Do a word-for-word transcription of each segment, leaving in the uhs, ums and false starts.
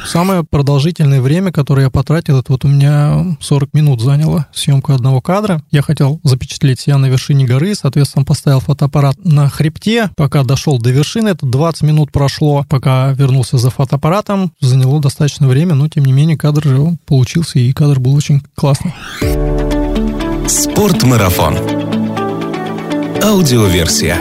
Самое продолжительное время, которое я потратил, это вот у меня сорок минут заняло съемку одного кадра. Я хотел запечатлеть себя на вершине горы, соответственно, поставил фотоаппарат на хребте. Пока дошел до вершины, это двадцать минут прошло. Пока вернулся за фотоаппаратом, заняло достаточно время, но, тем не менее, кадр получился, и кадр был очень классный. Спортмарафон. Аудиоверсия.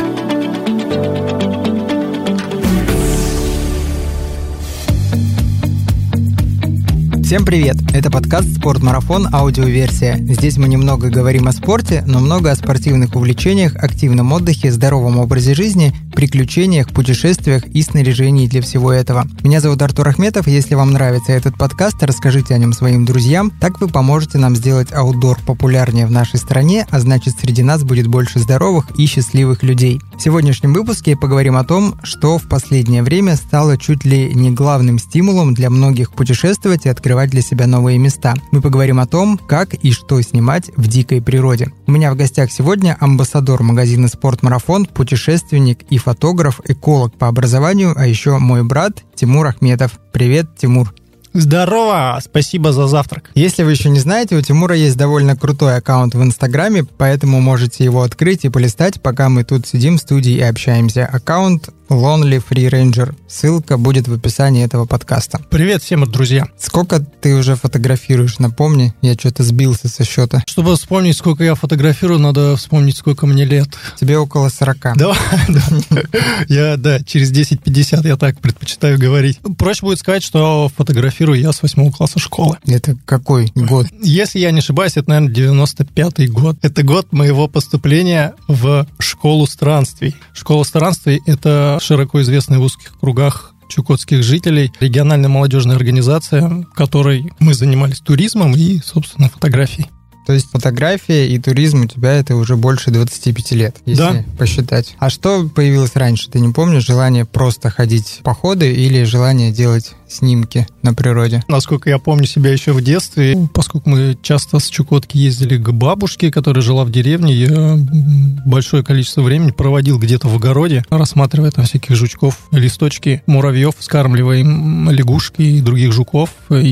Всем привет! Это подкаст «Спортмарафон. Аудиоверсия». Здесь мы немного говорим о спорте, но много о спортивных увлечениях, активном отдыхе, здоровом образе жизни, приключениях, путешествиях и снаряжении для всего этого. Меня зовут Артур Ахметов, и если вам нравится этот подкаст, расскажите о нем своим друзьям. Так вы поможете нам сделать аутдор популярнее в нашей стране, а значит, среди нас будет больше здоровых и счастливых людей. В сегодняшнем выпуске поговорим о том, что в последнее время стало чуть ли не главным стимулом для многих путешествовать и открывать для себя новые места. Мы поговорим о том, как и что снимать в дикой природе. У меня в гостях сегодня амбассадор магазина «Спортмарафон», путешественник и фотограф, эколог по образованию, а еще мой брат Тимур Ахметов. Привет, Тимур! Здорово! Спасибо за завтрак. Если вы еще не знаете, у Тимура есть довольно крутой аккаунт в Инстаграме, поэтому можете его открыть и полистать, пока мы тут сидим в студии и общаемся. Аккаунт Lonely Free Ranger. Ссылка будет в описании этого подкаста. Привет всем, друзья. Сколько ты уже фотографируешь, напомни? Я что-то сбился со счета. Чтобы вспомнить, сколько я фотографирую, надо вспомнить, сколько мне лет. Тебе около сорока. Да, я, да, через десять-пятьдесят я так предпочитаю говорить. Проще будет сказать, что фотографирую я с восьмого класса школы. Это какой год? Если я не ошибаюсь, это, наверное, девяносто пятый год. Это год моего поступления в школу странствий. Школа странствий — это широко известная в узких кругах чукотских жителей региональная молодежная организация, в которой мы занимались туризмом и, собственно, фотографией. То есть фотография и туризм у тебя это уже больше двадцати пяти лет, если да. посчитать. А что появилось раньше? Ты не помнишь? Желание просто ходить в походы или желание делать снимки на природе? Насколько я помню себя еще в детстве, поскольку мы часто с Чукотки ездили к бабушке, которая жила в деревне, я большое количество времени проводил где-то в огороде, рассматривая там всяких жучков, листочки, муравьев, скармливая им лягушки и других жуков,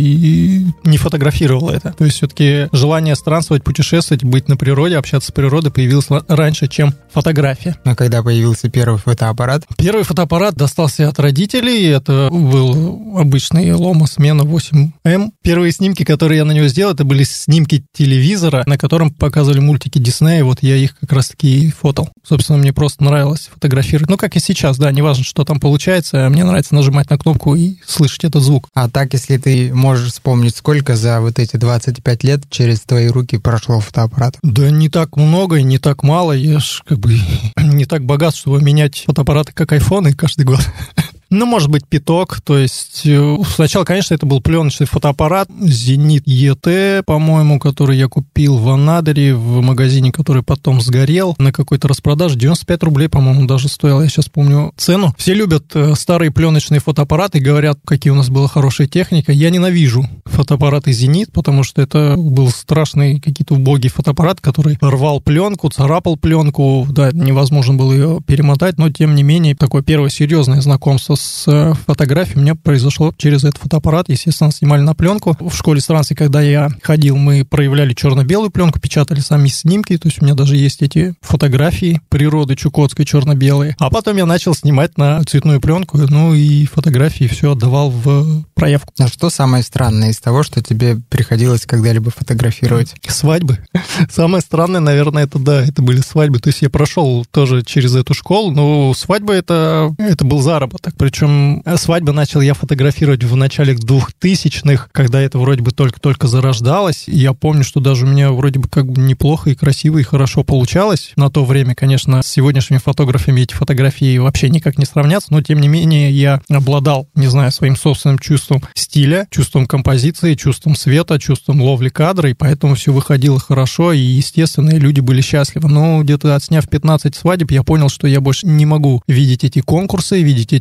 и не фотографировал это. То есть все-таки желание странствовать, путешествовать, быть на природе, общаться с природой появилось раньше, чем фотография. А когда появился первый фотоаппарат? Первый фотоаппарат достался от родителей. Это был обычный Loma Smena восемь эм. Первые снимки, которые я на него сделал, это были снимки телевизора, на котором показывали мультики Диснея. Вот я их как раз-таки фотал. Собственно, мне просто нравилось фотографировать. Ну, как и сейчас, да, неважно, что там получается. Мне нравится нажимать на кнопку и слышать этот звук. А так, если ты можешь вспомнить, сколько за вот эти двадцать пять лет через твои руки прошло фотоаппарат? Да не так много и не так мало. Я ж как бы не так богат, чтобы менять фотоаппараты, как айфоны каждый год. Ну, может быть, пяток. То есть сначала, конечно, это был пленочный фотоаппарат Зенит и тэ, по-моему, который я купил в Анадыре, в магазине, который потом сгорел на какой-то распродаже. девяносто пять рублей, по-моему, даже стоил. Я сейчас помню цену. Все любят старые пленочные фотоаппараты и говорят, какие у нас была хорошая техника. Я ненавижу фотоаппараты Зенит, потому что это был страшный какие-то убогий фотоаппарат, который рвал пленку, царапал пленку. Да, невозможно было ее перемотать, но, тем не менее, такое первое серьезное знакомство с фотографией у меня произошло через этот фотоаппарат. Естественно, снимали на пленку. В школе странствий, когда я ходил, мы проявляли черно-белую пленку, печатали сами снимки. То есть у меня даже есть эти фотографии природы чукотской черно-белые. А потом я начал снимать на цветную пленку, ну и фотографии все отдавал в проявку. А что самое странное из того, что тебе приходилось когда-либо фотографировать? Свадьбы. Самое странное, наверное, это да, это были свадьбы. То есть я прошел тоже через эту школу, но свадьба это, это был заработок. Причем свадьбы начал я фотографировать в начале двухтысячных, когда это вроде бы только-только зарождалось. И я помню, что даже у меня вроде бы как бы неплохо и красиво и хорошо получалось. На то время, конечно, с сегодняшними фотографами эти фотографии вообще никак не сравнятся, но тем не менее я обладал, не знаю, своим собственным чувством стиля, чувством композиции, чувством света, чувством ловли кадра, и поэтому все выходило хорошо, и, естественно, люди были счастливы. Но где-то отсняв пятнадцать свадеб, я понял, что я больше не могу видеть эти конкурсы, видеть эти тазики,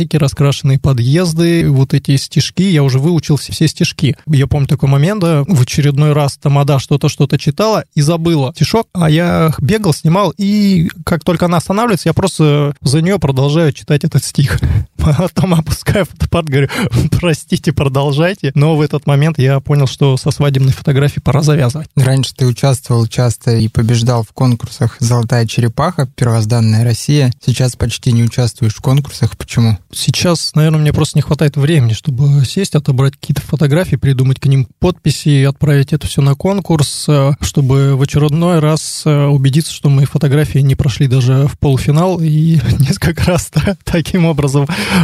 фонарики, раскрашенные подъезды, вот эти стишки. Я уже выучил все, все стишки. Я помню такой момент, да, в очередной раз Тамада что-то, что-то читала и забыла стишок, а я бегал, снимал, и как только она останавливается, я просто за нее продолжаю читать этот стих. Потом опускаю фотоаппарат, говорю, простите, продолжайте. Но в этот момент я понял, что со свадебной фотографией пора завязывать. Раньше ты участвовал часто и побеждал в конкурсах «Золотая черепаха», «Первозданная Россия». Сейчас почти не участвуешь в конкурсах. Почему? Сейчас, наверное, мне просто не хватает времени, чтобы сесть, отобрать какие-то фотографии, придумать к ним подписи, отправить это все на конкурс, чтобы в очередной раз убедиться, что мои фотографии не прошли даже в полуфинал. И несколько раз да, таким образом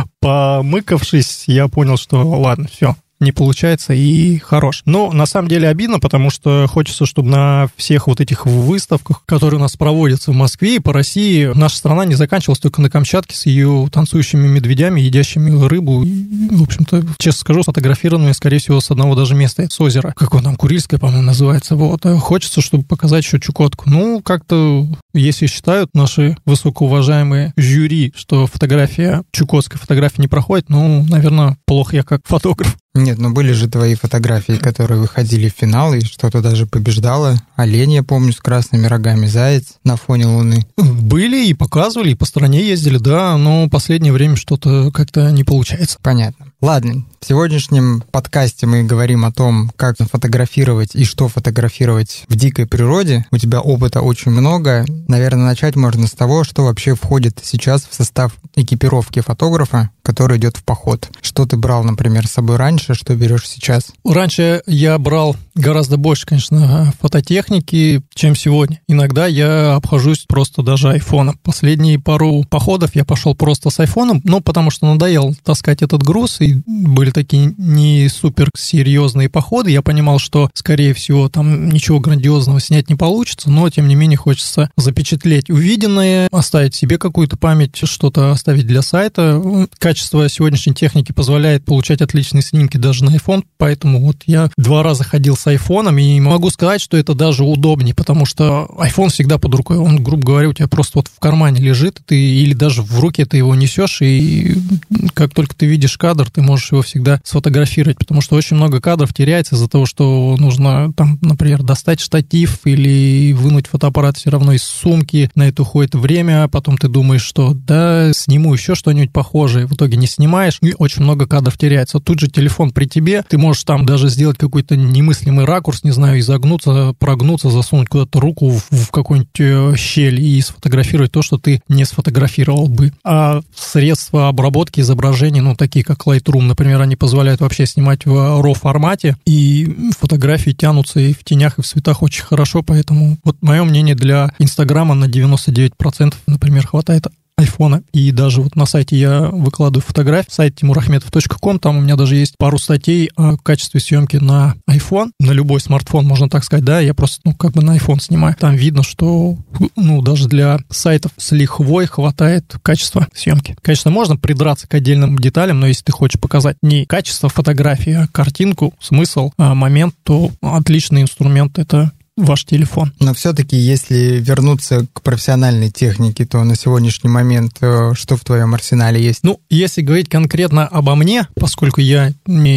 помыкавшись, я понял, что ладно, все. Не получается и хорош. Но на самом деле обидно, потому что хочется, чтобы на всех вот этих выставках, которые у нас проводятся в Москве и по России, наша страна не заканчивалась только на Камчатке с ее танцующими медведями, едящими рыбу. И, в общем-то, честно скажу, сфотографированные, скорее всего, с одного даже места, с озера. Какое там, Курильское, по-моему, называется. Вот. Хочется, чтобы показать еще Чукотку. Ну, как-то, если считают наши высокоуважаемые жюри, что фотография, чукотская фотография не проходит, ну, наверное, плохо я как фотограф. Нет, но были же твои фотографии, которые выходили в финал, и что-то даже побеждало. Олень, я помню, с красными рогами, заяц на фоне луны. Были и показывали, и по стране ездили, да, но в последнее время что-то как-то не получается. Понятно. Ладно, в сегодняшнем подкасте мы говорим о том, как фотографировать и что фотографировать в дикой природе. У тебя опыта очень много. Наверное, начать можно с того, что вообще входит сейчас в состав экипировки фотографа, который идет в поход. Что ты брал, например, с собой раньше, что берешь сейчас? Раньше я брал гораздо больше, конечно, фототехники, чем сегодня. Иногда я обхожусь просто даже айфоном. Последние пару походов я пошел просто с айфоном, ну, потому что надоело таскать этот груз, и были такие не супер серьезные походы. Я понимал, что, скорее всего, там ничего грандиозного снять не получится, но, тем не менее, хочется запечатлеть увиденное, оставить себе какую-то память, что-то оставить для сайта. Качество сегодняшней техники позволяет получать отличные снимки даже на iPhone, поэтому вот я два раза ходил с айфоном, и могу сказать, что это даже удобнее, потому что iPhone всегда под рукой, он, грубо говоря, у тебя просто вот в кармане лежит, ты или даже в руке ты его несешь, и как только ты видишь кадр, ты можешь его всегда сфотографировать, потому что очень много кадров теряется из-за того, что нужно, там, например, достать штатив или вынуть фотоаппарат все равно из сумки, на это уходит время, потом ты думаешь, что да, сниму еще что-нибудь похожее, в итоге не снимаешь, и очень много кадров теряется. Тут же телефон при тебе, ты можешь там даже сделать какой-то немыслимый ракурс, не знаю, изогнуться, прогнуться, засунуть куда-то руку в, в какую-нибудь щель и сфотографировать то, что ты не сфотографировал бы. А средства обработки изображений, ну, такие как Lightroom, например, они позволяют вообще снимать в RAW формате, и фотографии тянутся и в тенях, и в цветах очень хорошо, поэтому вот мое мнение, для Инстаграма на девяносто девять процентов, например, хватает айфона. И даже вот на сайте я выкладываю фотографии, сайт тимур ахметов точка ком, там у меня даже есть пару статей о качестве съемки на iPhone, на любой смартфон, можно так сказать, да, я просто, ну, как бы на iPhone снимаю. Там видно, что, ну, даже для сайтов с лихвой хватает качества съемки. Конечно, можно придраться к отдельным деталям, но если ты хочешь показать не качество фотографии, а картинку, смысл, а момент, то отличный инструмент — это ваш телефон. Но все-таки, если вернуться к профессиональной технике, то на сегодняшний момент что в твоем арсенале есть? Ну, если говорить конкретно обо мне, поскольку я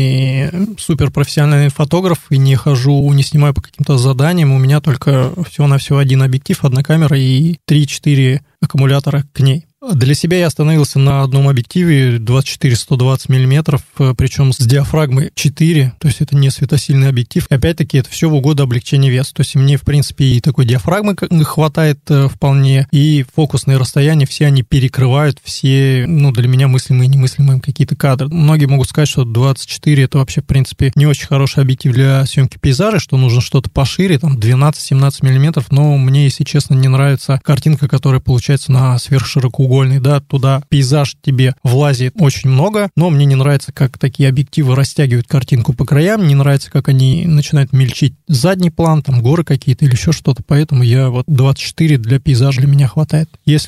не суперпрофессиональный фотограф и не хожу, не снимаю по каким-то заданиям, у меня только всего-навсего один объектив, одна камера и три-четыре аккумулятора к ней. Для себя я остановился на одном объективе двадцать четыре сто двадцать миллиметров, причем с диафрагмой четыре, то есть это не светосильный объектив. И опять-таки это все в угоду облегчения веса. То есть мне, в принципе, и такой диафрагмы хватает вполне, и фокусные расстояния, все они перекрывают все, ну, для меня мыслимые и немыслимые какие-то кадры. Многие могут сказать, что двадцать четыре это вообще, в принципе, не очень хороший объектив для съемки пейзажа, что нужно что-то пошире, там двенадцать-семнадцать миллиметров, но мне, если честно, не нравится картинка, которая получается на сверхширокоугольной. Да, туда пейзаж тебе влазит очень много, но мне не нравится, как такие объективы растягивают картинку по краям, не нравится, как они начинают мельчить задний план, там горы какие-то или еще что-то, поэтому я вот двадцать четыре для пейзажа для меня хватает. Если мне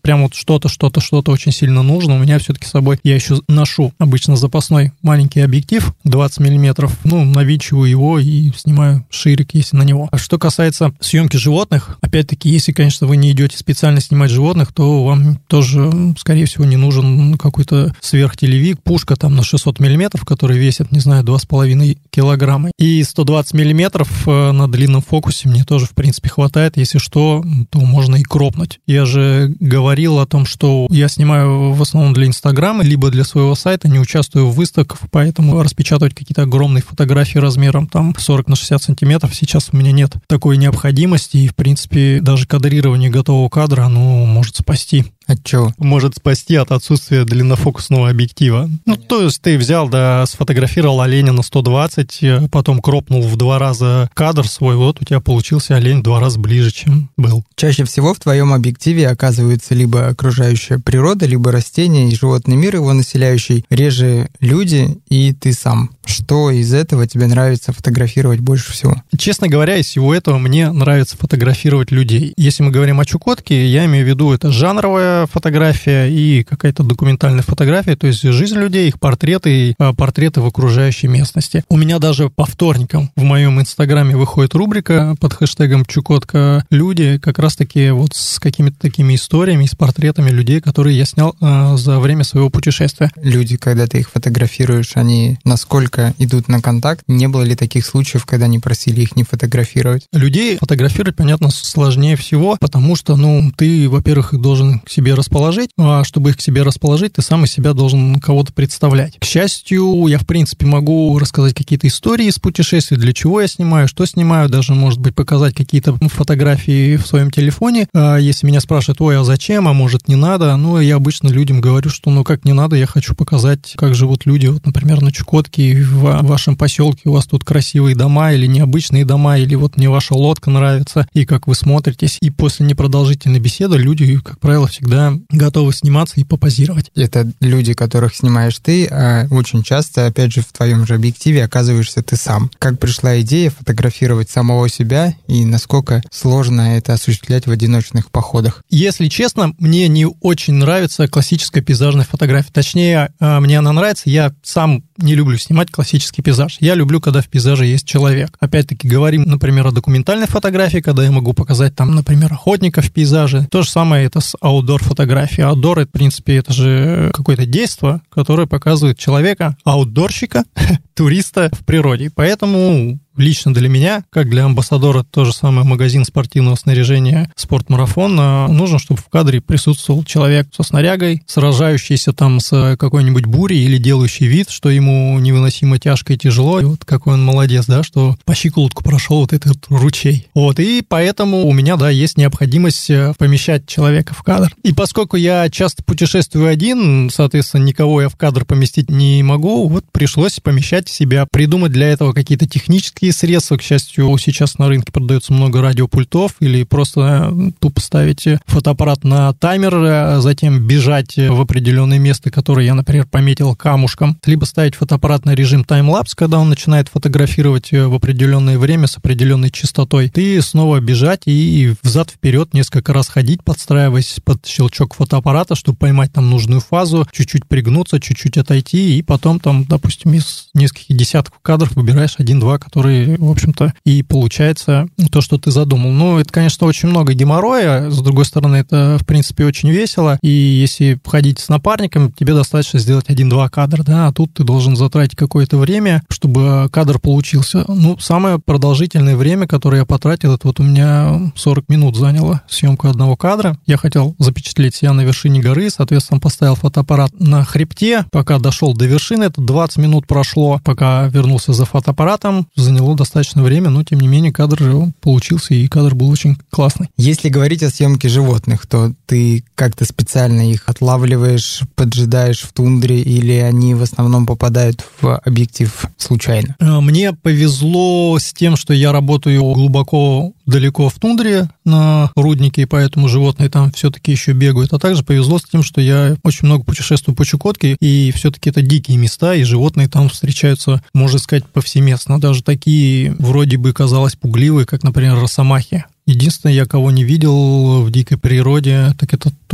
прям вот что-то, что-то, что-то очень сильно нужно, у меня все-таки с собой, я еще ношу обычно запасной маленький объектив двадцать миллиметров, ну, навинчиваю его и снимаю ширик, если на него. А что касается съемки животных, опять-таки, если, конечно, вы не идете специально снимать животных, то вам тоже, скорее всего, не нужен какой-то сверхтелевик, пушка там на шестьсот миллиметров, который весит, не знаю, два с половиной килограмма. И сто двадцать миллиметров на длинном фокусе мне тоже, в принципе, хватает. Если что, то можно и кропнуть. Я же говорил о том, что я снимаю в основном для Инстаграма, либо для своего сайта, не участвую в выставках, поэтому распечатывать какие-то огромные фотографии размером там сорок на шестьдесят сантиметров сейчас у меня нет такой необходимости. И, в принципе, даже кадрирование готового кадра, оно может спасти. От чего? Может спасти от отсутствия длиннофокусного объектива. Ну, то есть ты взял, да, сфотографировал оленя на сто двадцать, потом кропнул в два раза кадр свой, вот у тебя получился олень в два раза ближе, чем был. Чаще всего в твоем объективе оказывается либо окружающая природа, либо растения и животный мир, его населяющий, реже люди и ты сам. Что из этого тебе нравится фотографировать больше всего? Честно говоря, из всего этого мне нравится фотографировать людей. Если мы говорим о Чукотке, я имею в виду это жанровая фотография и какая-то документальная фотография, то есть жизнь людей, их портреты, портреты в окружающей местности. У меня даже по вторникам в моем инстаграме выходит рубрика под хэштегом «Чукотка люди», как раз-таки вот с какими-то такими историями, с портретами людей, которые я снял э, за время своего путешествия. Люди, когда ты их фотографируешь, они насколько идут на контакт? Не было ли таких случаев, когда они просили их не фотографировать? Людей фотографировать, понятно, сложнее всего, потому что, ну, ты, во-первых, их должен к себе расположить, а чтобы их к себе расположить, ты сам из себя должен кого-то представлять. К счастью, я, в принципе, могу рассказать какие-то истории из путешествий, для чего я снимаю, что снимаю, даже, может быть, показать какие-то фотографии в своем телефоне. Если меня спрашивают, ой, а зачем, а может, не надо, ну, я обычно людям говорю, что, ну, как не надо, я хочу показать, как живут люди, вот, например, на Чукотке, в вашем поселке у вас тут красивые дома или необычные дома, или вот мне ваша лодка нравится, и как вы смотритесь. И после непродолжительной беседы люди, как правило, всегда готовы сниматься и попозировать. Это люди, которых снимаешь ты, а очень часто, опять же, в твоем же объективе оказываешься ты сам. Как пришла идея фотографировать самого себя и насколько сложно это осуществлять в одиночных походах? Если честно, мне не очень нравится классическая пейзажная фотография. Точнее, мне она нравится, я сам не люблю снимать классический пейзаж. Я люблю, когда в пейзаже есть человек. Опять-таки, говорим, например, о документальной фотографии, когда я могу показать там, например, охотника в пейзаже. То же самое это с аутдор-фотографией. Аутдор, это, в принципе, это же какое-то действо, которое показывает человека, аутдорщика, туриста в природе. Поэтому лично для меня, как для амбассадора, то же самое магазин спортивного снаряжения «Спортмарафон», нужно, чтобы в кадре присутствовал человек со снарягой, сражающийся там с какой-нибудь бурей или делающий вид, что ему невыносимо тяжко и тяжело. И вот какой он молодец, да, что по щиколотку прошел вот этот ручей. Вот, и поэтому у меня, да, есть необходимость помещать человека в кадр. И поскольку я часто путешествую один, соответственно, никого я в кадр поместить не могу, вот пришлось помещать себя, придумать для этого какие-то технические средства. К счастью, сейчас на рынке продается много радиопультов, или просто тупо ставить фотоаппарат на таймер, затем бежать в определенное место, которое я, например, пометил камушком, либо ставить фотоаппарат на режим таймлапс, когда он начинает фотографировать в определенное время с определенной частотой, и снова бежать и взад-вперед несколько раз ходить, подстраиваясь под щелчок фотоаппарата, чтобы поймать там нужную фазу, чуть-чуть пригнуться, чуть-чуть отойти, и потом там, допустим, из нескольких десятков кадров выбираешь один-два, которые, в общем-то, и получается то, что ты задумал. Ну, это, конечно, очень много геморроя, с другой стороны, это, в принципе, очень весело, и если ходить с напарником, тебе достаточно сделать один-два кадра, да, а тут ты должен затратить какое-то время, чтобы кадр получился. Ну, самое продолжительное время, которое я потратил, это вот у меня сорок минут заняло съемку одного кадра. Я хотел запечатлеть себя на вершине горы, соответственно, поставил фотоаппарат на хребте, пока дошел до вершины, это двадцать минут прошло, пока вернулся за фотоаппаратом, заняло достаточно время, но, тем не менее, кадр получился, и кадр был очень классный. Если говорить о съемке животных, то ты как-то специально их отлавливаешь, поджидаешь в тундре, или они в основном попадают в объектив случайно? Мне повезло с тем, что я работаю глубоко далеко в тундре на руднике, и поэтому животные там все-таки еще бегают. А также повезло с тем, что я очень много путешествую по Чукотке, и все-таки это дикие места, и животные там встречаются, можно сказать, повсеместно. Даже такие, вроде бы, казалось, пугливые, как, например, росомахи. Единственное, я кого не видел в дикой природе, так это только вот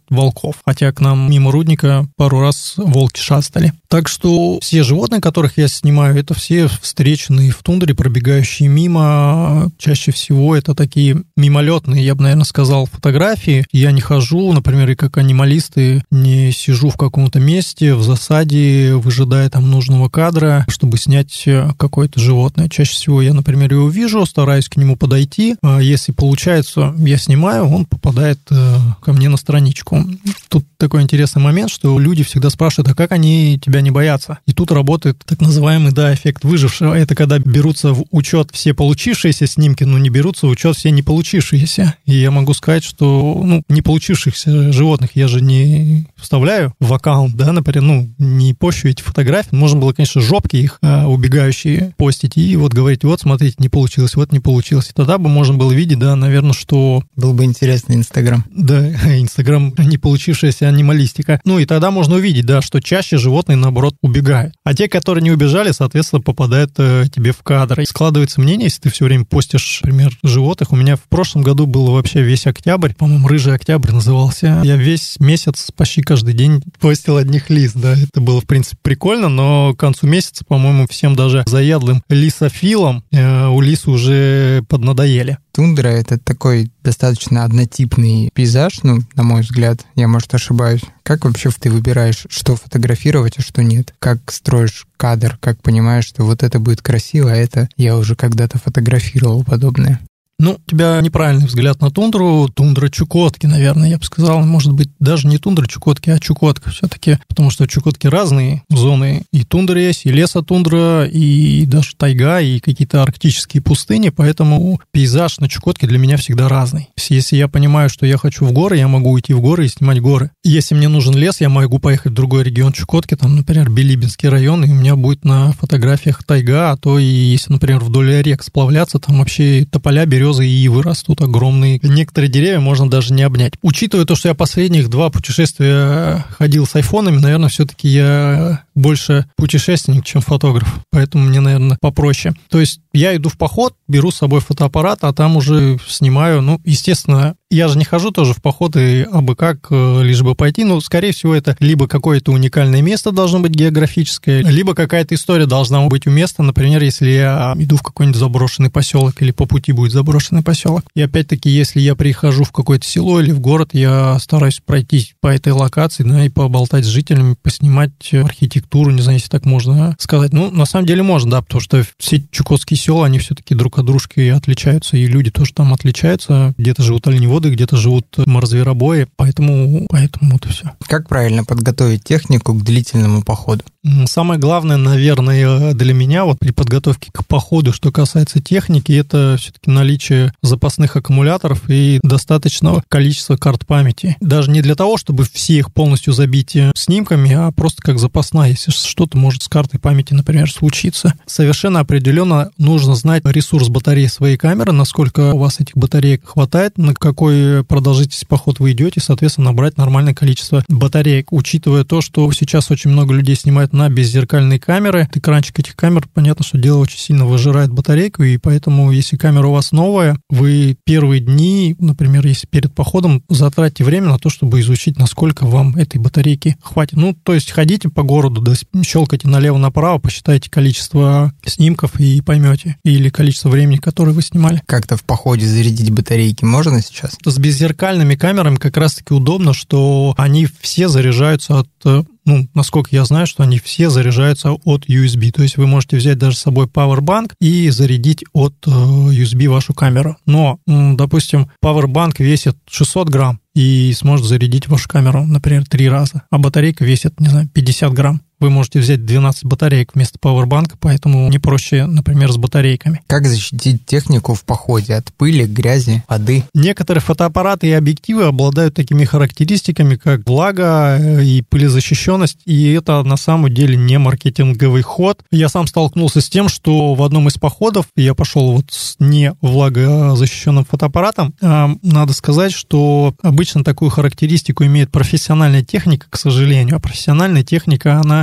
волков. Хотя к нам мимо рудника пару раз волки шастали. Так что все животные, которых я снимаю, это все встреченные в тундре, пробегающие мимо. Чаще всего это такие мимолетные, я бы, наверное, сказал, фотографии. Я не хожу, например, и как анималисты, не сижу в каком-то месте, в засаде, выжидая там нужного кадра, чтобы снять какое-то животное. Чаще всего я, например, его вижу, стараюсь к нему подойти. Если получается, я снимаю, он попадает ко мне на страничку. Тут такой интересный момент, что люди всегда спрашивают, а как они тебя не боятся? И тут работает так называемый, да, эффект выжившего. Это когда берутся в учет все получившиеся снимки, но не берутся в учет все не получившиеся. И я могу сказать, что ну, не получившихся животных я же не вставляю в аккаунт, да, например, ну, не пощу эти фотографии. Можно было, конечно, жопки их а, убегающие постить и вот говорить, вот, смотрите, не получилось, вот не получилось. И тогда бы можно было видеть, да, наверное, что... Был бы интересный Инстаграм. Да, Инстаграм не получившаяся анималистика. Ну, и тогда можно увидеть, да, что чаще животные, наоборот, убегают. А те, которые не убежали, соответственно, попадают э, тебе в кадр. И складывается мнение, если ты все время постишь, например, животных. У меня в прошлом году был вообще весь октябрь, по-моему, «Рыжий октябрь» назывался. Я весь месяц почти каждый день постил одних лис, да. Это было, в принципе, прикольно, но к концу месяца, по-моему, всем даже заядлым лисофилам э, у лис уже поднадоели. Тундра — это такой достаточно однотипный пейзаж, ну, на мой взгляд, я, может, ошибаюсь. Как вообще ты выбираешь, что фотографировать, а что нет? Как строишь кадр, как понимаешь, что вот это будет красиво, а это я уже когда-то фотографировал подобное? Ну, у тебя неправильный взгляд на тундру. Тундра Чукотки, наверное, я бы сказал. Может быть, даже не тундра Чукотки, а Чукотка все-таки. Потому что в Чукотке разные зоны. И тундра есть, и лесотундра, и даже тайга, и какие-то арктические пустыни. Поэтому пейзаж на Чукотке для меня всегда разный. Если я понимаю, что я хочу в горы, я могу уйти в горы и снимать горы. Если мне нужен лес, я могу поехать в другой регион Чукотки, там, например, Билибинский район, и у меня будет на фотографиях тайга, а то и если, например, вдоль рек сплавляться, там вообще тополя, березы и ивы растут огромные. Некоторые деревья можно даже не обнять. Учитывая то, что я последних два путешествия ходил с айфонами, наверное, все-таки я больше путешественник, чем фотограф. Поэтому мне, наверное, попроще. То есть я иду в поход, беру с собой фотоаппарат, а там уже снимаю. Ну, естественно, я же не хожу тоже в походы абы как, лишь бы пойти. Но, скорее всего, это либо какое-то уникальное место должно быть географическое, либо какая-то история должна быть у места. Например, если я иду в какой-нибудь заброшенный поселок или по пути будет заброшенный поселок. И опять-таки, если я прихожу в какое-то село или в город, я стараюсь пройтись по этой локации, да, и поболтать с жителями, поснимать архитектуру, не знаю, если так можно сказать. Ну, на самом деле можно, да, потому что все чукотские села, они все-таки друг от дружки отличаются, и люди тоже там отличаются. Где-то живут оленеводы, где-то живут морзверобои, поэтому, поэтому вот и все. Как правильно подготовить технику к длительному походу? Самое главное, наверное, для меня вот при подготовке к походу, что касается техники, это все-таки наличие запасных аккумуляторов и достаточного количества карт памяти. Даже не для того, чтобы все их полностью забить снимками, а просто как запасная, если что-то может с картой памяти, например, случиться. Совершенно определенно нужно знать ресурс батареи своей камеры, насколько у вас этих батареек хватает, на какой продолжительность поход вы идете, соответственно, набрать нормальное количество батареек. Учитывая то, что сейчас очень много людей снимают на беззеркальные камеры, экранчик этих камер, понятно, что дело очень сильно выжирает батарейку, и поэтому, если камера у вас новая, вы первые дни, например, если перед походом, затратьте время на то, чтобы изучить, насколько вам этой батарейки хватит. Ну, то есть ходите по городу, да, щелкайте налево-направо, посчитайте количество снимков и поймете, или количество времени, которое вы снимали. Как-то в походе зарядить батарейки можно сейчас? С беззеркальными камерами как раз-таки удобно, что они все заряжаются от... Ну, насколько я знаю, что они все заряжаются от ю эс би. То есть вы можете взять даже с собой пауэрбанк и зарядить от ю эс би вашу камеру. Но, допустим, пауэрбанк весит шестьсот грамм и сможет зарядить вашу камеру, например, три раза. А батарейка весит, не знаю, пятьдесят грамм. Вы можете взять двенадцать батареек вместо пауэрбанка, поэтому не проще, например, с батарейками. Как защитить технику в походе от пыли, грязи, воды? Некоторые фотоаппараты и объективы обладают такими характеристиками, как влага и пылезащищенность, и это на самом деле не маркетинговый ход. Я сам столкнулся с тем, что в одном из походов я пошел вот с не влагозащищенным фотоаппаратом. Надо сказать, что обычно такую характеристику имеет профессиональная техника, к сожалению, а профессиональная техника, она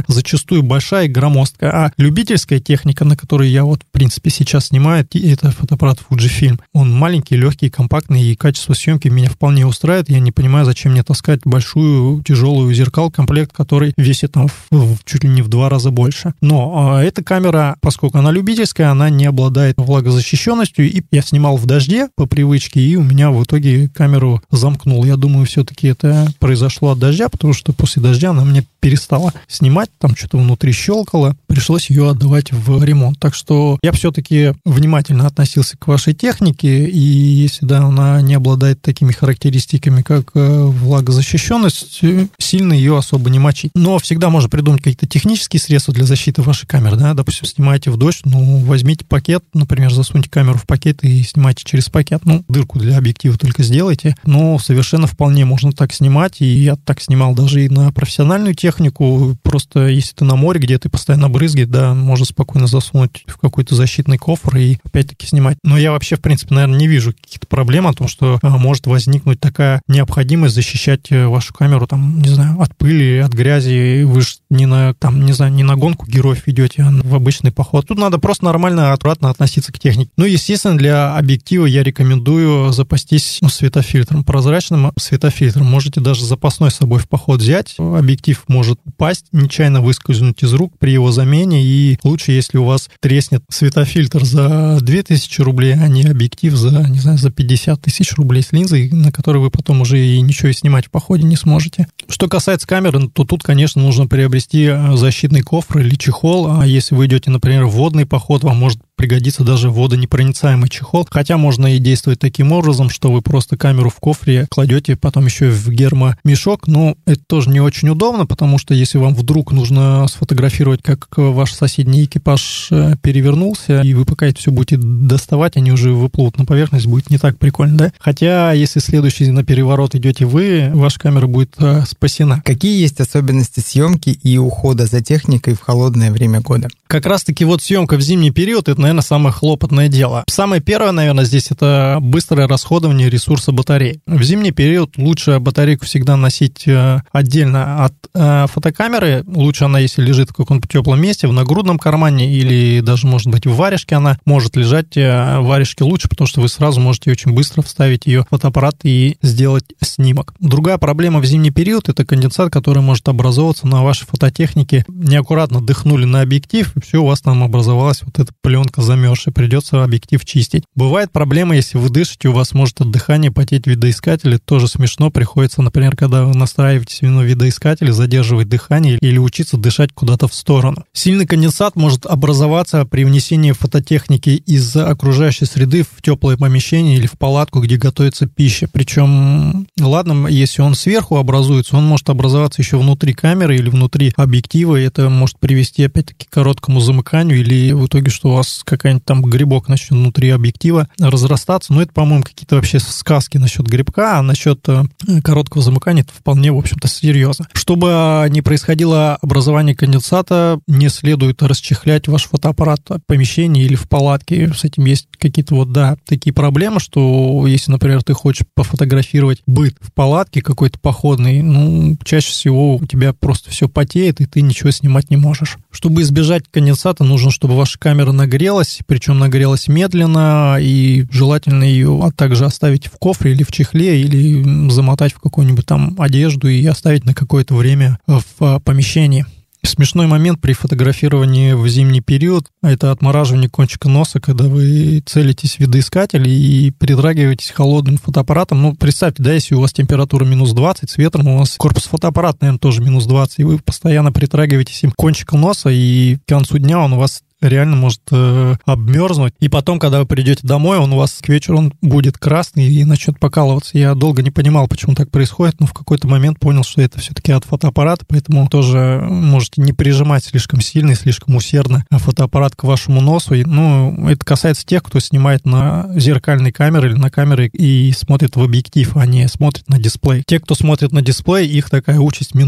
зачастую большая и громоздкая. А любительская техника, на которой я вот, в принципе, сейчас снимаю, это фотоаппарат Fujifilm. Он маленький, легкий, компактный, и качество съемки меня вполне устраивает. Я не понимаю, зачем мне таскать большую, тяжелую зеркал, комплект, который весит там, в, в, чуть ли не в два раза больше. Но а, эта камера, поскольку она любительская, она не обладает влагозащищенностью, и я снимал в дожде по привычке, и у меня в итоге камеру замкнул. Я думаю, все-таки это произошло от дождя, потому что после дождя она мне перестала снимать, там что-то внутри щелкало, пришлось ее отдавать в ремонт. Так что я все-таки внимательно относился к вашей технике, и если, да, она не обладает такими характеристиками, как влагозащищенность, сильно ее особо не мочить. Но всегда можно придумать какие-то технические средства для защиты вашей камеры, да, допустим, снимаете в дождь, ну, возьмите пакет, например, засуньте камеру в пакет и снимайте через пакет. Ну, дырку для объектива только сделайте, но совершенно вполне можно так снимать, и я так снимал даже и на профессиональную технику, просто если ты на море, где ты постоянно брызги, да, можно спокойно засунуть в какой-то защитный кофр и опять-таки снимать. Но я вообще, в принципе, наверное, не вижу каких-то проблем о том, что а, может возникнуть такая необходимость защищать вашу камеру, там, не знаю, от пыли, от грязи. Вы же не на, там, не знаю, не на гонку героев идете, а в обычный поход. Тут надо просто нормально, аккуратно относиться к технике. Ну, естественно, для объектива я рекомендую запастись ну, светофильтром, прозрачным светофильтром. Можете даже запасной с собой в поход взять. Объектив может упасть, нечаянно выскользнуть из рук при его замене, и лучше, если у вас треснет светофильтр за две тысячи рублей, а не объектив за, не знаю, за пятьдесят тысяч рублей с линзой, на которой вы потом уже и ничего и снимать в походе не сможете. Что касается камеры, то тут, конечно, нужно приобрести защитный кофр или чехол, а если вы идете, например, в водный поход, вам может пригодится даже водонепроницаемый чехол, хотя можно и действовать таким образом, что вы просто камеру в кофре кладете, потом еще в гермомешок, но это тоже не очень удобно, потому что если вам вдруг нужно сфотографировать, как ваш соседний экипаж перевернулся, и вы пока это все будете доставать, они уже выплывут на поверхность, будет не так прикольно, да? Хотя, если следующий на переворот идете вы, ваша камера будет э, спасена. Какие есть особенности съемки и ухода за техникой в холодное время года? Как раз-таки вот съемка в зимний период, это, наверное, самое хлопотное дело. Самое первое, наверное, здесь это быстрое расходование ресурса батареи. В зимний период лучше батарейку всегда носить отдельно от фотокамеры. Лучше она, если лежит в каком-то теплом месте, в нагрудном кармане или даже, может быть, в варежке она может лежать. В варежке лучше, потому что вы сразу можете очень быстро вставить ее в фотоаппарат и сделать снимок. Другая проблема в зимний период – это конденсат, который может образовываться на вашей фототехнике. Неаккуратно дыхнули на объектив, и все, у вас там образовалась вот эта пленка замерзшая, придется объектив чистить. Бывает проблема, если вы дышите, у вас может от дыхания потеть видоискатель, это тоже смешно, приходится, например, когда вы настраиваетесь на видоискатель, задерживать дыхание или учиться дышать куда-то в сторону. Сильный конденсат может образоваться при внесении фототехники из окружающей среды в теплое помещение или в палатку, где готовится пища. Причем, ладно, если он сверху образуется, он может образоваться еще внутри камеры или внутри объектива, и это может привести, опять-таки, к короткому замыканию или в итоге, что у вас какой-нибудь там грибок начнет внутри объектива разрастаться. Но это, по-моему, какие-то вообще сказки насчет грибка, а насчет короткого замыкания это вполне, в общем-то, серьезно. Чтобы не происходило образование конденсата, не следует расчехлять ваш фотоаппарат в помещении или в палатке. С этим есть какие-то вот, да, такие проблемы, что если, например, ты хочешь пофотографировать быт в палатке какой-то походный, ну, чаще всего у тебя просто все потеет, и ты ничего снимать не можешь. Чтобы избежать конденсата, нужно, чтобы ваша камера нагрелась, причем нагрелась медленно, и желательно ее а также оставить в кофре или в чехле, или замотать в какую-нибудь там одежду и оставить на какое-то время в помещении. Смешной момент при фотографировании в зимний период – это отмораживание кончика носа, когда вы целитесь в видоискатель и притрагиваетесь холодным фотоаппаратом. Ну, представьте, да, если у вас температура минус двадцать, с ветром у вас корпус фотоаппарата, наверное, тоже минус двадцать, и вы постоянно притрагиваетесь им кончиком носа, и к концу дня он у вас реально может э, обмерзнуть. И потом, когда вы придете домой, он у вас к вечеру он будет красный и начнет покалываться. Я долго не понимал, почему так происходит, но в какой-то момент понял, что это все-таки от фотоаппарата, поэтому тоже можете не прижимать слишком сильно и слишком усердно фотоаппарат к вашему носу. И, ну, это касается тех, кто снимает на зеркальной камере или на камере и смотрит в объектив, а не смотрит на дисплей. Те, кто смотрит на дисплей, их такая участь минует.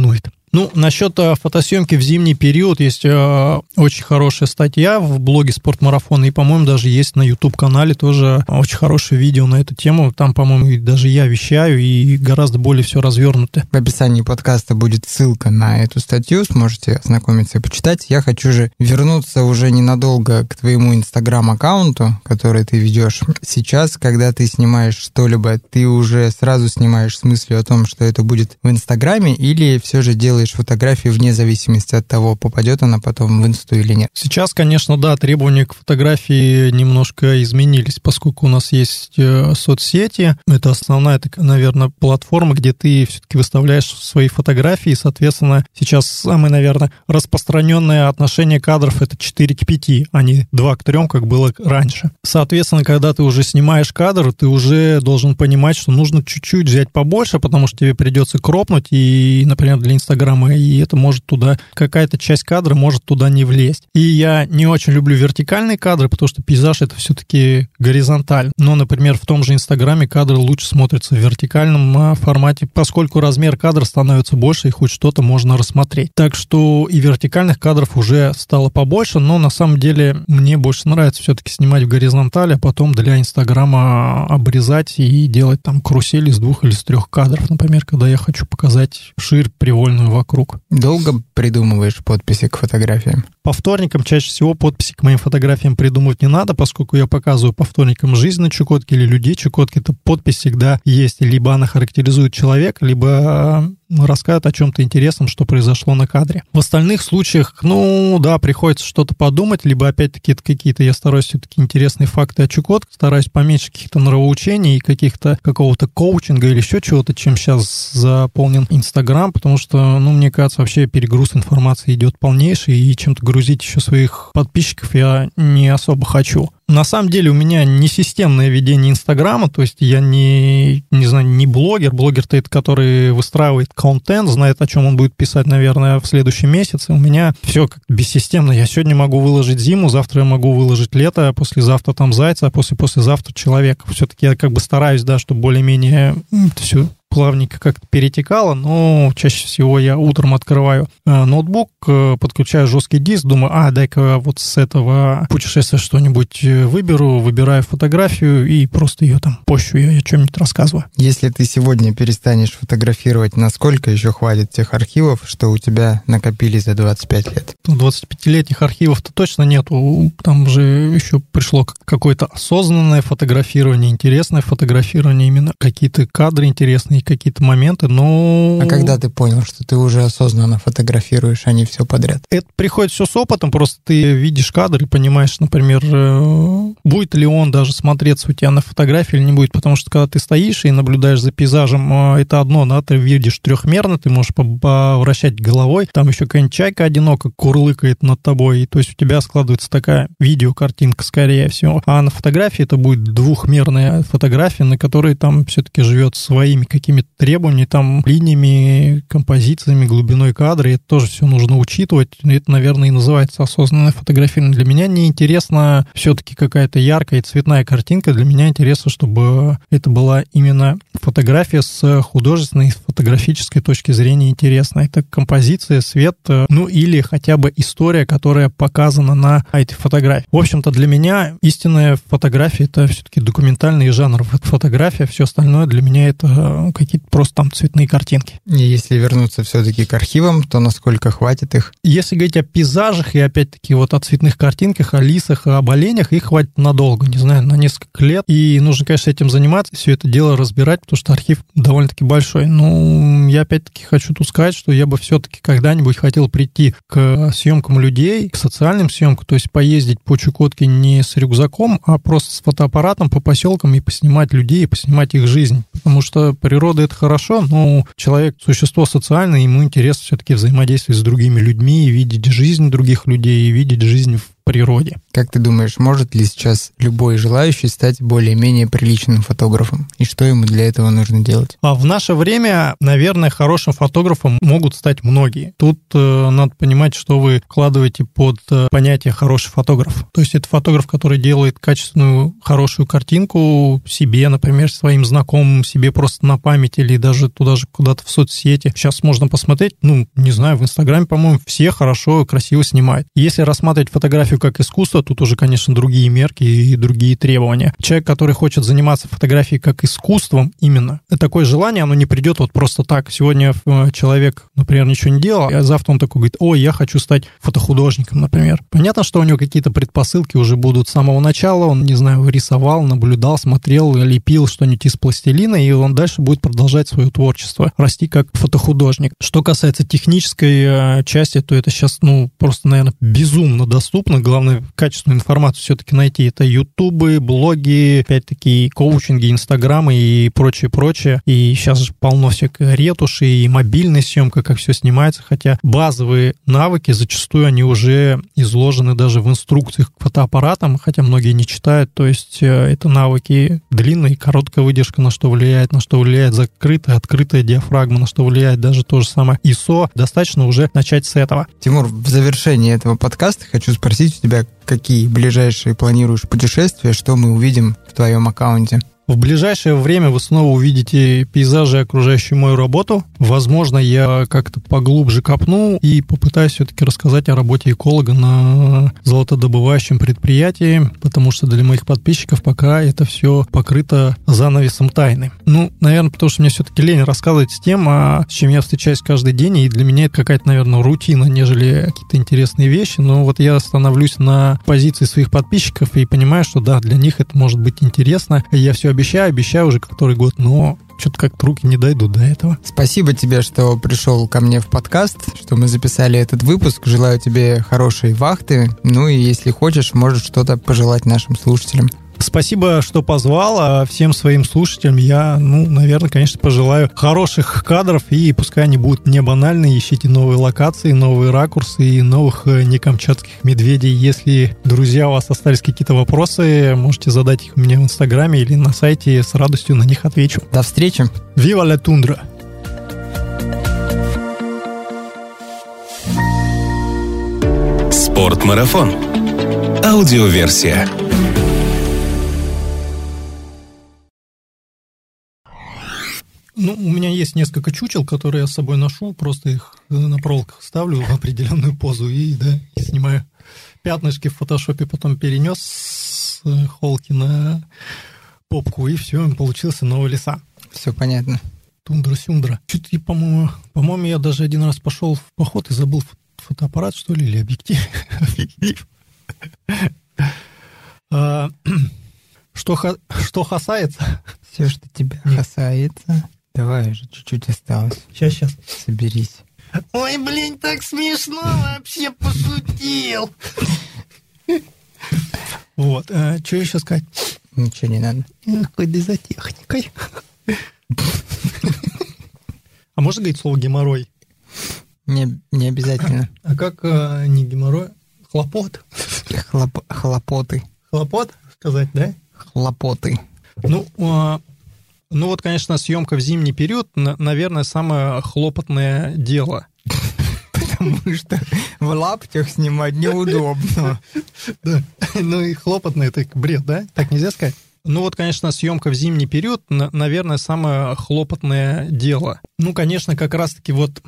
Ну, насчет фотосъемки в зимний период есть э, очень хорошая статья в блоге «Спортмарафон», и, по-моему, даже есть на YouTube-канале тоже очень хорошее видео на эту тему. Там, по-моему, даже я вещаю, и гораздо более все развернуто. В описании подкаста будет ссылка на эту статью, сможете ознакомиться и почитать. Я хочу же вернуться уже ненадолго к твоему Инстаграм-аккаунту, который ты ведешь. Сейчас, когда ты снимаешь что-либо, ты уже сразу снимаешь с мыслью о том, что это будет в Инстаграме, или все же делаешь фотографии вне зависимости от того, попадет она потом в инсту или нет? Сейчас, конечно, да, требования к фотографии немножко изменились, поскольку у нас есть соцсети. Это основная, такая, наверное, платформа, где ты все-таки выставляешь свои фотографии. Соответственно, сейчас самое, наверное, распространенное отношение кадров — это четыре к пяти, а не два к трем, как было раньше. Соответственно, когда ты уже снимаешь кадр, ты уже должен понимать, что нужно чуть-чуть взять побольше, потому что тебе придется кропнуть, и, например, для Инстаграма, и это может туда, какая-то часть кадра может туда не влезть. И я не очень люблю вертикальные кадры, потому что пейзаж — это все-таки горизонталь. Но, например, в том же Инстаграме кадры лучше смотрятся в вертикальном формате, поскольку размер кадра становится больше, и хоть что-то можно рассмотреть. Так что и вертикальных кадров уже стало побольше, но на самом деле мне больше нравится все-таки снимать в горизонтали, а потом для Инстаграма обрезать и делать там карусель из двух или из трех кадров, например, когда я хочу показать ширь привольную вокруг. Долго придумываешь подписи к фотографиям? По вторникам чаще всего подписи к моим фотографиям придумывать не надо, поскольку я показываю по вторникам жизнь на Чукотке или людей Чукотки, то подпись всегда есть. Либо она характеризует человека, либо рассказывает о чем-то интересном, что произошло на кадре. В остальных случаях, ну да, приходится что-то подумать, либо опять-таки какие-то, я стараюсь все-таки интересные факты о Чукотке, стараюсь поменьше каких-то нравоучений и каких-то какого-то коучинга или еще чего-то, чем сейчас заполнен Инстаграм, потому что, ну, мне кажется, вообще перегруз информации идет полнейший, и чем-то грузить еще своих подписчиков я не особо хочу. На самом деле у меня не системное ведение Инстаграма, то есть я не, не знаю, не блогер. Блогер-то это, который выстраивает контент, знает, о чем он будет писать, наверное, в следующем месяце. У меня все как бессистемно. Я сегодня могу выложить зиму, завтра я могу выложить лето, послезавтра там зайца, а после-послезавтра человека. Все-таки я как бы стараюсь, да, чтобы более-менее все плавненько как-то перетекало, но чаще всего я утром открываю э, ноутбук, э, подключаю жесткий диск, думаю, а, дай-ка вот с этого путешествия что-нибудь выберу, выбираю фотографию и просто ее там пощу, я о чем-нибудь рассказываю. Если ты сегодня перестанешь фотографировать, насколько еще хватит тех архивов, что у тебя накопились за двадцать пять лет? двадцатипятилетних архивов-то точно нету, там же еще пришло какое-то осознанное фотографирование, интересное фотографирование, именно какие-то кадры интересные, какие-то моменты, но... А когда ты понял, что ты уже осознанно фотографируешь, а не все подряд? Это приходит все с опытом, просто ты видишь кадр и понимаешь, например, будет ли он даже смотреться у тебя на фотографии или не будет, потому что когда ты стоишь и наблюдаешь за пейзажем, это одно, да, ты видишь трехмерно, ты можешь повращать головой, там еще какая-нибудь чайка одиноко курлыкает над тобой, и то есть у тебя складывается такая видеокартинка, скорее всего, а на фотографии это будет двухмерная фотография, на которой там все-таки живет своими какими-то требованиями, там, линиями, композициями, глубиной кадра, и это тоже все нужно учитывать. Это, наверное, и называется осознанное фотографирование. Для меня не интересно все-таки какая-то яркая цветная картинка. Для меня интересно, чтобы это была именно фотография с художественной, фотографической точки зрения интересная. Это композиция, свет, ну или хотя бы история, которая показана на этой фотографии. В общем-то, для меня истинная фотография — это все-таки документальный жанр фотография. Все остальное для меня это какие-то просто там цветные картинки. И если вернуться все-таки к архивам, то насколько хватит их? Если говорить о пейзажах и опять-таки вот о цветных картинках, о лисах, об оленях, их хватит надолго, не знаю, на несколько лет. И нужно, конечно, этим заниматься, все это дело разбирать, потому что архив довольно-таки большой. Ну, я опять-таки хочу тут сказать, что я бы все-таки когда-нибудь хотел прийти к съемкам людей, к социальным съемкам, то есть поездить по Чукотке не с рюкзаком, а просто с фотоаппаратом по поселкам и поснимать людей, и поснимать их жизнь. Потому что природа — это хорошо, но человек — существо социальное, ему интересно все-таки взаимодействовать с другими людьми, и видеть жизнь других людей, и видеть жизнь в природе. Как ты думаешь, может ли сейчас любой желающий стать более-менее приличным фотографом? И что ему для этого нужно делать? А в наше время, наверное, хорошим фотографом могут стать многие. Тут э, надо понимать, что вы вкладываете под э, понятие «хороший фотограф». То есть это фотограф, который делает качественную, хорошую картинку себе, например, своим знакомым, себе просто на память или даже туда же куда-то в соцсети. Сейчас можно посмотреть, ну, не знаю, в Инстаграме, по-моему, все хорошо, красиво снимают. Если рассматривать фотографию как искусство, тут уже, конечно, другие мерки и другие требования. Человек, который хочет заниматься фотографией как искусством именно, такое желание, оно не придет вот просто так. Сегодня человек, например, ничего не делал, а завтра он такой говорит: ой, я хочу стать фотохудожником, например. Понятно, что у него какие-то предпосылки уже будут с самого начала. Он, не знаю, рисовал, наблюдал, смотрел, лепил что-нибудь из пластилина, и он дальше будет продолжать свое творчество, расти как фотохудожник. Что касается технической части, то это сейчас, ну, просто, наверное, безумно доступно. Главное, качественную информацию все-таки найти. Это ютубы, блоги, опять-таки, коучинги, инстаграмы и прочее-прочее. И сейчас же полно всякой ретуши и мобильная съемка, как все снимается. Хотя базовые навыки зачастую они уже изложены даже в инструкциях к фотоаппаратам, хотя многие не читают. То есть это навыки длинная и короткая выдержка, на что влияет, на что влияет закрытая, открытая диафрагма, на что влияет даже то же самое ай эс о. Достаточно уже начать с этого. Тимур, в завершении этого подкаста хочу спросить у тебя, какие ближайшие планируешь путешествия, что мы увидим в твоем аккаунте? В ближайшее время вы снова увидите пейзажи, окружающие мою работу. Возможно, я как-то поглубже копну и попытаюсь все-таки рассказать о работе эколога на золотодобывающем предприятии, потому что для моих подписчиков пока это все покрыто занавесом тайны. Ну, наверное, потому что мне все-таки лень рассказывать с тем, а с чем я встречаюсь каждый день, и для меня это какая-то, наверное, рутина, нежели какие-то интересные вещи. Но вот я становлюсь на позиции своих подписчиков и понимаю, что да, для них это может быть интересно. Я все обещаю, обещаю уже который год, но что-то как-то руки не дойдут до этого. Спасибо тебе, что пришел ко мне в подкаст, что мы записали этот выпуск. Желаю тебе хорошей вахты. Ну и если хочешь, можешь что-то пожелать нашим слушателям. Спасибо, что позвал. А всем своим слушателям я, ну, наверное, конечно, пожелаю хороших кадров, и пускай они будут не банальные. Ищите новые локации, новые ракурсы и новых некамчатских медведей. Если, друзья, у вас остались какие-то вопросы, можете задать их мне в Инстаграме или на сайте, с радостью на них отвечу. До встречи! Viva la tundra! Спортмарафон. Аудиоверсия. Ну, у меня есть несколько чучел, которые я с собой ношу, просто их на проволоках ставлю в определенную позу и, да, и снимаю пятнышки в фотошопе, потом перенес с холки на попку, и все, получился новый леса. Все понятно. Тундра-сюндра. Чуть-чуть, по-моему, по-моему, я даже один раз пошел в поход и забыл фотоаппарат, что ли, или объектив. Объектив. Что, что касается... Все, что тебя Нет. касается. Давай уже, чуть-чуть осталось. Сейчас, сейчас. Соберись. Ой, блин, так смешно, вообще пошутил. Вот, а, что еще сказать? Ничего не надо. Ходи за техникой. А можно говорить слово геморрой? Не, не обязательно. А как а, не геморрой? Хлопот? Хлоп, хлопоты. Хлопот сказать, да? Хлопоты. Ну, а, ну вот, конечно, съемка в зимний период, на, наверное, самое хлопотное дело. Потому что в лаптях снимать неудобно. Да, ну и хлопотное, это бред, да? Так нельзя сказать? Ну вот, конечно, съемка в зимний период, на, наверное, самое хлопотное дело. Ну, конечно, как раз-таки вот...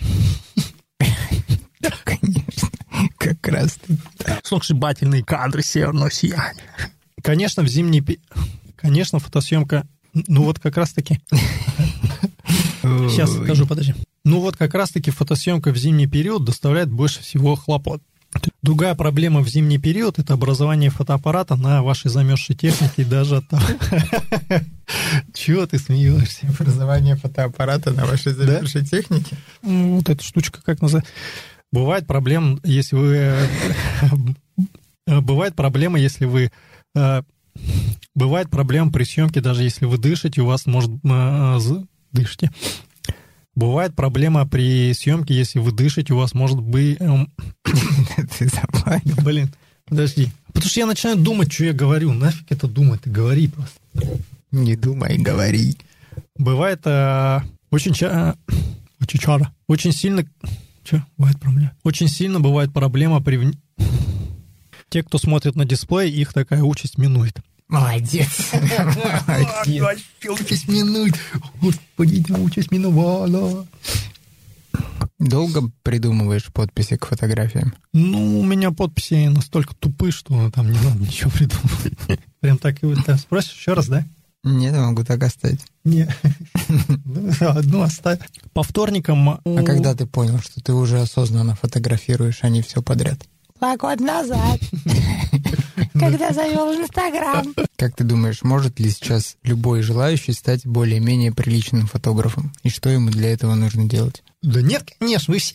Конечно, как раз-таки. Сногсшибательные кадры северного сияния. Конечно, в зимний... Конечно, фотосъемка... Ну вот как раз-таки... Сейчас скажу, подожди. Ну вот как раз-таки фотосъемка в зимний период доставляет больше всего хлопот. Другая проблема в зимний период – это образование фотоаппарата на вашей замерзшей технике, даже от того... Чего ты смеешься? Образование фотоаппарата на вашей замерзшей технике? Вот эта штучка как называется? Бывает проблема, если вы... Бывает проблема, если вы... Бывает проблема при съемке, даже если вы дышите, у вас может... Дышите. Бывает проблема при съемке, если вы дышите, у вас может быть... Ты запалил. Блин, Подожди. Потому что я начинаю думать, что я говорю. Нафиг это думать, ты говори просто. Не думай, говори. Бывает а, очень ча... Очень чара. Очень сильно... Че? Бывает проблема? Очень сильно бывает проблема при... вн- Те, кто смотрит на дисплей, их такая участь минует. Молодец. Молодец. Участь минует. Господи, участь миновала. Долго придумываешь подписи к фотографиям? Ну, у меня подписи настолько тупые, что там не надо ничего придумывать. Прям так и вот. Ты спросишь еще раз, да? Нет, могу так оставить. Не. Одну оставь. По вторникам... А когда ты понял, что ты уже осознанно фотографируешь, а не все подряд? Два года назад, когда завел Инстаграм. Как ты думаешь, может ли сейчас любой желающий стать более-менее приличным фотографом? И что ему для этого нужно делать? Да нет, конечно, вы все...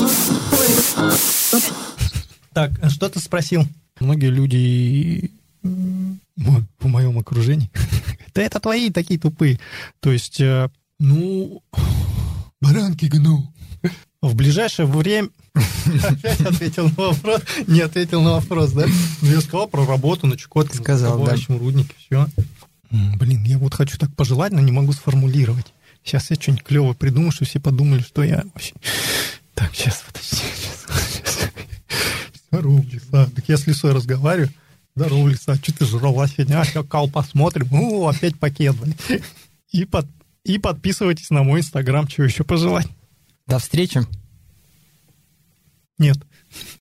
Так, а что ты спросил? Многие люди в моем окружении... Да это твои такие тупые. То есть, ну... Баранки гну. В ближайшее время... Опять ответил на вопрос. Не ответил на вопрос, да? Я сказал про работу на Чукотке, сказал, на добывающем руднике, все. Блин, я вот хочу так пожелать, но не могу сформулировать. Сейчас я что-нибудь клево придумаю, что все подумали, что я вообще... Так, сейчас, подожди, сейчас. Здорово, лиса. Так я с лисой разговариваю. Здорово, лиса, что ты жрала сегодня? А, кал посмотрим. О, опять пакет, блин. И, под... И подписывайтесь на мой Инстаграм, чего еще пожелать. До встречи. Нет.